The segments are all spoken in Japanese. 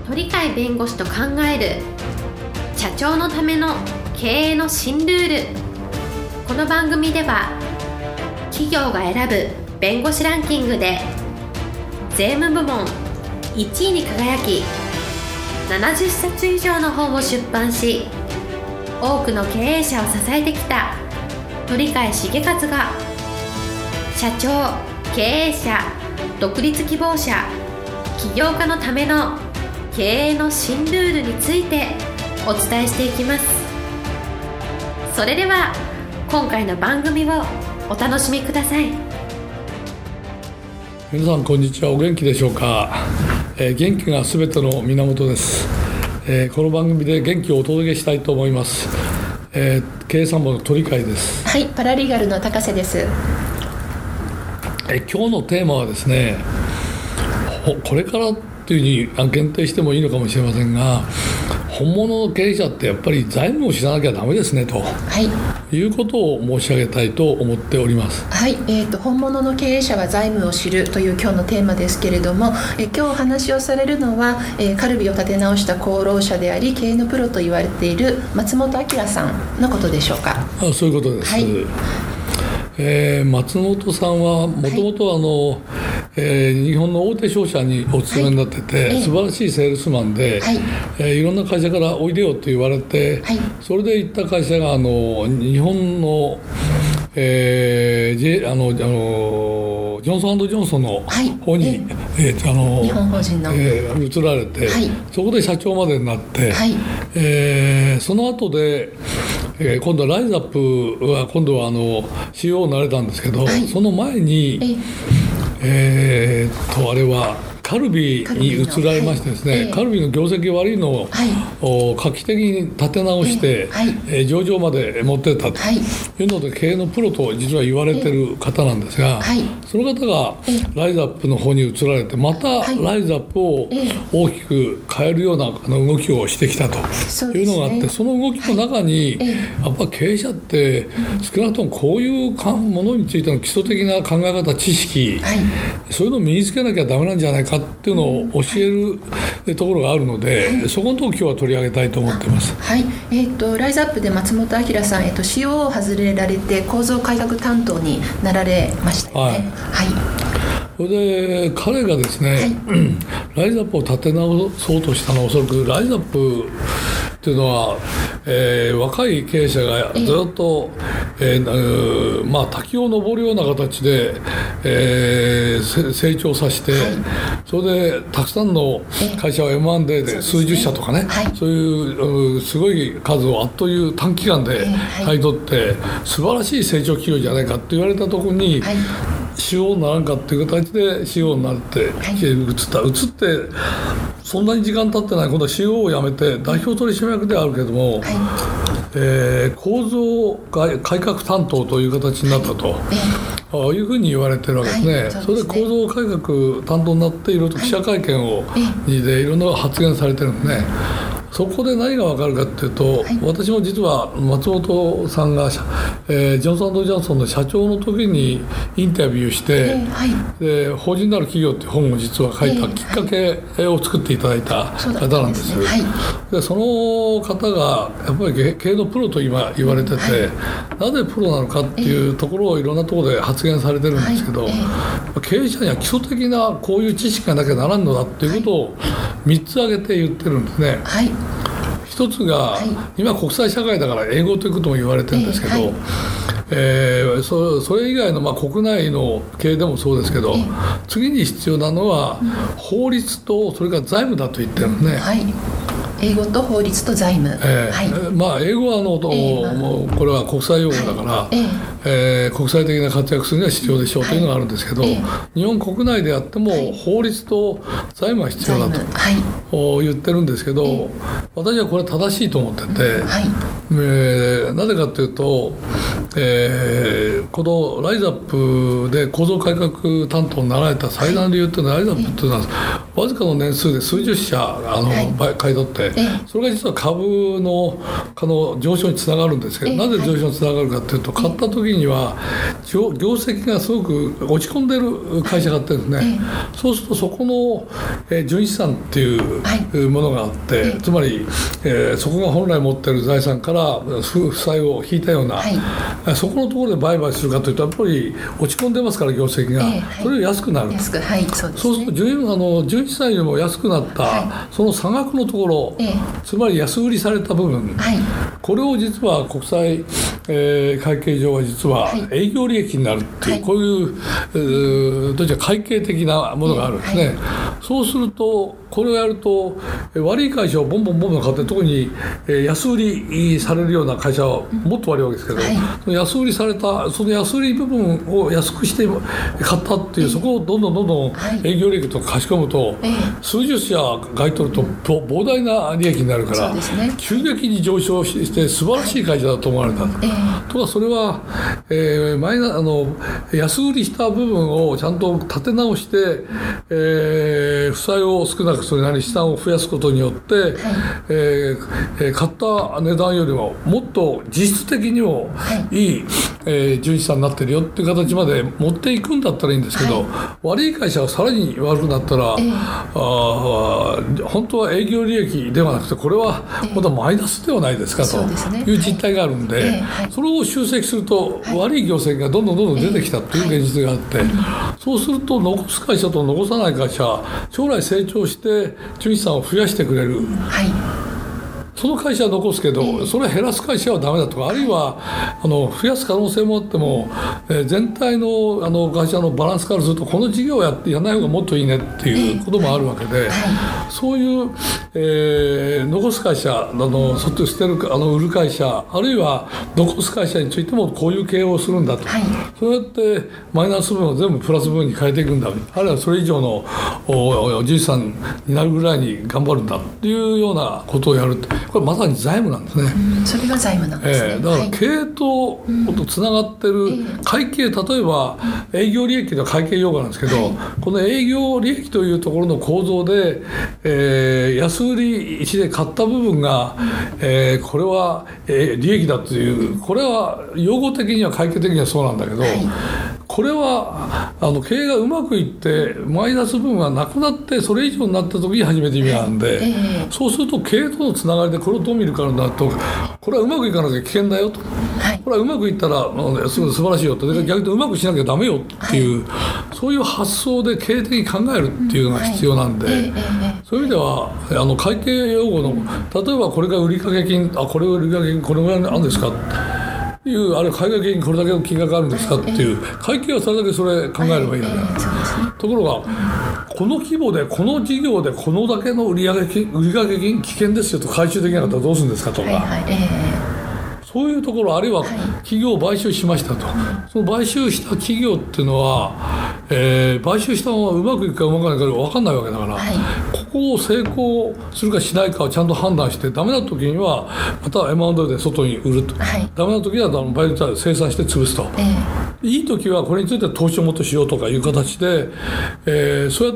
鳥飼弁護士と考える社長のための経営の新ルール。この番組では企業が選ぶ弁護士ランキングで税務部門1位に輝き、70冊以上の本を出版し、多くの経営者を支えてきた鳥飼茂和が、社長、経営者、独立希望者、起業家のための経営の新ルールについてお伝えしていきます。それでは今回の番組をお楽しみください。 皆さんこんにちは。お元気でしょうか。元気がすべての源です。この番組で元気をお届けしたいと思います。経営参謀の鳥飼です。 はい、パラリーガルの高瀬です。 今日のテーマはですね、これからというふうに限定してもいいのかもしれませんが、本物の経営者ってやっぱり財務を知らなきゃダメですねと、いうことを申し上げたいと思っております。 はい、本物の経営者は財務を知るという今日のテーマですけれども、今日お話をされるのは、カルビを立て直した功労者であり経営のプロと言われている松本明さんのことでしょうか。 そういうことです。はい、松本さんはもともと日本の大手商社にお勤めになってて、素晴らしいセールスマンで、いろんな会社からおいでよと言われて、それで行った会社が日本の、ジョンソン&ジョンソンの方に、 日本法人の、 移られて、そこで社長までになって、その後で今度はライズアップは今度はCEO になれたんですけど、その前に、あれはカルビに移られましてですね、カルビの業績悪いのを画期的に立て直して、上場まで持ってったというので、経営のプロと実は言われてる方なんですが、その方がライズアップの方に移られて、またライズアップを大きく変えるような動きをしてきたというのがあって、その動きの中にやっぱ経営者って少なくともこういうものについての基礎的な考え方、知識、そういうのを身につけなきゃダメなんじゃないかっていうのを教えるところがあるので、そこのところを今日は取り上げたいと思っています。 はい、ライズアップで松本明さん、CEO を外れられて構造改革担当になられましたよね。 それで彼がですね、ライズアップを立て直そうとしたのは、おそらくライズアップっていうのは、若い経営者がずっと、滝を登るような形で、成長させて、それでたくさんの会社を M&A で数十社とかね、そういうすごい数をあっという短期間で買い取って、素晴らしい成長企業じゃないかって言われたところに、CEO にならんかっていう形で CEO になって移ってそんなに時間経ってない、今度は CEO を辞めて代表取締役ではあるけども、構造改革担当という形になったというふうに言われてるわけですね。それで構造改革担当になって、いろいろと記者会見をでいろんな発言されてるんですね。そこで何が分かるかというと、私も実は松本さんが、ジョンソン&ジョンソンの社長の時にインタビューして、で法人なる企業という本を実は書いたきっかけを作っていただいた方なんです。でその方がやっぱり経営のプロと今言われてて、なぜプロなのかっていうところをいろんなところで発言されてるんですけど、経営者には基礎的なこういう知識がなきゃならんのだっていうことを3つ挙げて言ってるんですね。一つが、今国際社会だから英語ということも言われてるんですけど、それ以外の国内の経営でもそうですけど、次に必要なのは法律とそれから財務だと言ってるんですね。 英語と法律と財務、 英語はこれは国際用語だから、国際的な活躍するには必要でしょうというのがあるんですけど、日本国内であっても法律と財務は必要だと言ってるんですけど、私はこれは正しいと思ってて、なぜかというと、このライズアップで構造改革担当になられた最大の理由というのは、ライズアップというのはわずかの年数で数十社買い取って、それが実は株の上昇につながるんですけど、なぜ上昇につながるかというと、買った時時には業績がすごく落ち込んでる会社があってですね、そうするとそこの純資産っていうものがあって、つまりそこが本来持っている財産から負債を引いたような、そこのところで売買するかというとやっぱり落ち込んでますから業績が、それより安くなる、そうすると純資産よりも安くなった、その差額のところ、つまり安売りされた部分、これを実は国際会計上は実は営業利益になるっていう、こういうどちら会計的なものがあるんですね。そうするとこれをやると悪い会社をボンボンボンボン買って、特に安売りされるような会社はもっと悪いわけですけど、その安売りされたその安売り部分を安くして買ったっていう、そこをどんどん営業利益とか貸し込むと、数十社買い取ると膨大な利益になるから、急激に上昇して素晴らしい会社だと思われた。とかそれは、安売りした部分をちゃんと立て直して、負債を少なくするなり資産を増やすことによって、買った値段よりももっと実質的にもいい、純資産になってるよっていう形まで持っていくんだったらいいんですけど、悪い会社がさらに悪くなったら、本当は営業利益ではなくてこれはまたマイナスではないですかという実態があるんで、それを集積すると悪い業績がどんどん出てきたという現実があって、そうすると残す会社と残さない会社、将来成長して純資産を増やしてくれる、その会社は残すけど、それを減らす会社はダメだとか、あるいは増やす可能性もあっても、全体の会社のバランスからするとこの事業をやらない方がもっといいねっていうこともあるわけで、そういう、残す会社捨てる売る会社、あるいは残す会社についてもこういう経営をするんだと、そうやってマイナス分を全部プラス分に変えていくんだ、あるいはそれ以上の純資産になるぐらいに頑張るんだっていうようなことをやる。これまさに財務なんですね。 それが財務なんですね。 だから経営とつながってる会計、例えば営業利益の会計用語なんですけど、この営業利益というところの構造で、安売りして買った部分が、これは、利益だという、これは用語的には会計的にはそうなんだけど、これは経営がうまくいってマイナス分がなくなってそれ以上になった時に初めて意味があるんで、そうすると経営とのつながりでこれをどう見るかになると、これはうまくいかなきゃ危険だよと、これはうまくいったらすごい素晴らしいよと、逆にうまくしなきゃダメよっていう、そういう発想で経営的に考えるっていうのが必要なんで、そういう意味では会計用語の例えばこれが売掛金、これが売掛金これぐらいあるんですかっていう、あるいは買掛金これだけの金額あるんですかっていう、会計はそれだけそれ考えればいいだけ、ところがこの規模でこの事業でこのだけの売掛金危険ですよと回収できなかったらどうするんですかとか、そういうところ、あるいは企業を買収しましたと、その買収した企業っていうのは、買収したままうまくいくかうまくいかないか分かんないわけだから、ここを成功するかしないかをちゃんと判断して、ダメな時にはまた M&A で外に売ると、ダメな時はバイトで生産して潰すと、いい時はこれについて投資をもっとしようとかいう形で、そうやって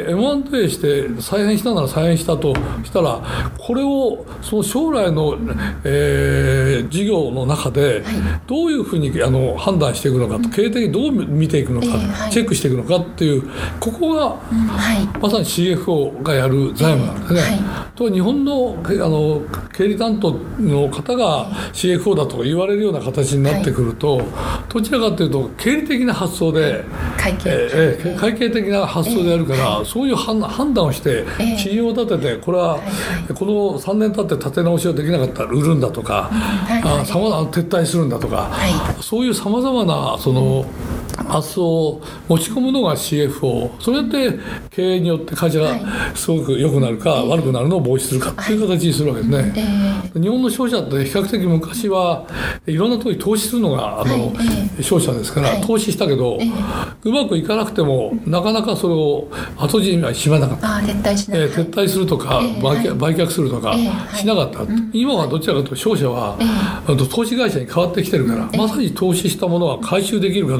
M&A して再編したなら再編したとしたら、これをその将来の、事業の中でどういうふうに判断していくのかと、経営的にどう見ていくのか、チェックしていくのかっていう、ここがまさに CFO がやる財務なんですね。と日本の経理担当の方が CFO だとか言われるような形になってくると、どちらかというと経理的な発想で会計的な発想でやるから、そういう判断をして地位を立てて、これはこの3年経って立て直しができなかったら売るんだとか、撤退するんだとか、そういうさまざまなその発想を持ち込むのが CFO、 それで経営によって会社がすごく良くなるか悪くなるのを防止するかという形にするわけですね。日本の商社って比較的昔はいろんなところに投資するのが商社ですから、投資したけどうまくいかなくてもなかなかそれを後地にはしまなかった、 撤退するとか売却するとかしなかった。今はどちらかというと商社は投資会社に変わってきてるから、まさに投資したものは回収できるかどうか、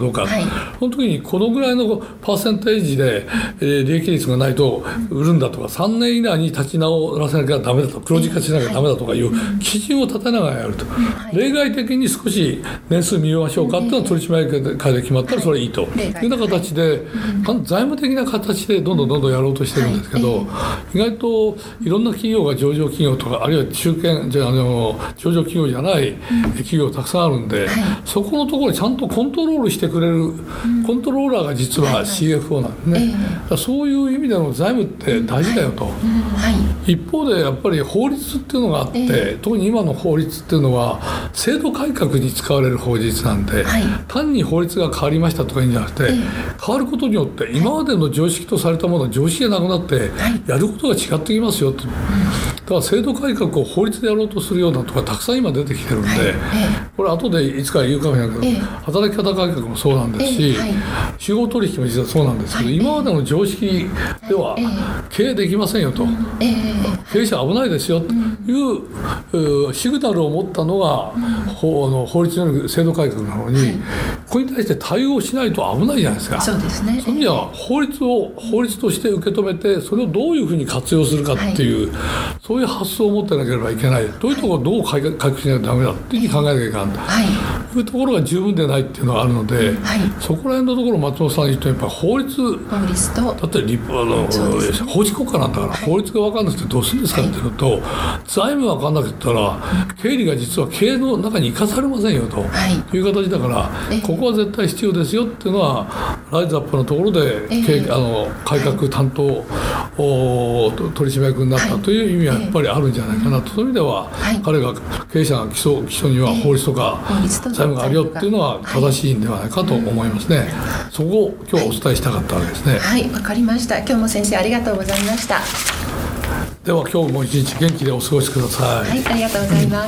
その時にこのぐらいのパーセンテージで、利益率がないと売るんだとか、3年以内に立ち直らせなきゃダメだと、黒字化しなきゃダメだとかいう基準を立てながらやると、例外的に少し年数見ましょうかっていうのは取締役会で決まったらそれはいいというような形で、財務的な形でどんどんやろうとしてるんですけど、意外といろんな企業が上場企業とか、あるいは上場企業じゃない企業たくさんあるんで、そこのところちゃんとコントロールしてくれるコントローラーが実は CFO なんですね。そういう意味での財務って大事だよと。一方でやっぱり法律っていうのがあって、特に今の法律っていうのは制度改革に使われる法律なんで、単に法律が変わりましたとかいいんじゃなくて、変わることによって今までの常識とされたものが常識がなくなってやることが違ってきますよと。だから制度改革を法律でやろうとするようなとかたくさん今出てきてるんで、これ後でいつか言うかもしれないけど、働き方改革もそうなんですし、司法取引も実はそうなんですけど、今までの常識では経営できませんよと、経営者危ないですよというシグナルを持ったのが法律による制度改革なのに、これに対して対応しないと危ないじゃないですか。 そうですね。 そういう意味では法律を法律として受け止めて、それをどういうふうに活用するかっていう、そういう発想を持ってなければいけない、どういうところをどう改革しないとダメだっていうふうに考えなきゃいけないというところが十分でないっていうのがあるので、そこら辺のところ松本さんに言うと、やっぱり法律とだって法治国家なんだから、法律が分かんなくてどうするんですかっていうのと、財務が分かんなくてたら経理が実は経営の中に生かされませんよという形だから、ここは絶対必要ですよっていうのはライズアップのところで改革担当取締役になったという意味はやっぱりあるんじゃないかなと。そういう意味では彼が経営者が基礎には法律とか財務があるよっていうのは正しいんではないかと思いますね。そこを今日はお伝えしたかったわけですね。 はい、わかりました。今日も先生ありがとうございました。 では今日も一日元気でお過ごしください。 はい、ありがとうございます。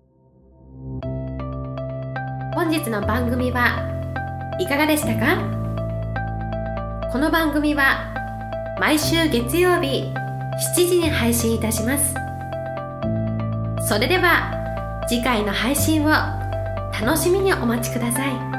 本日の番組はいかがでしたか？この番組は毎週月曜日7時に配信いたします。それでは次回の配信を楽しみにお待ちください。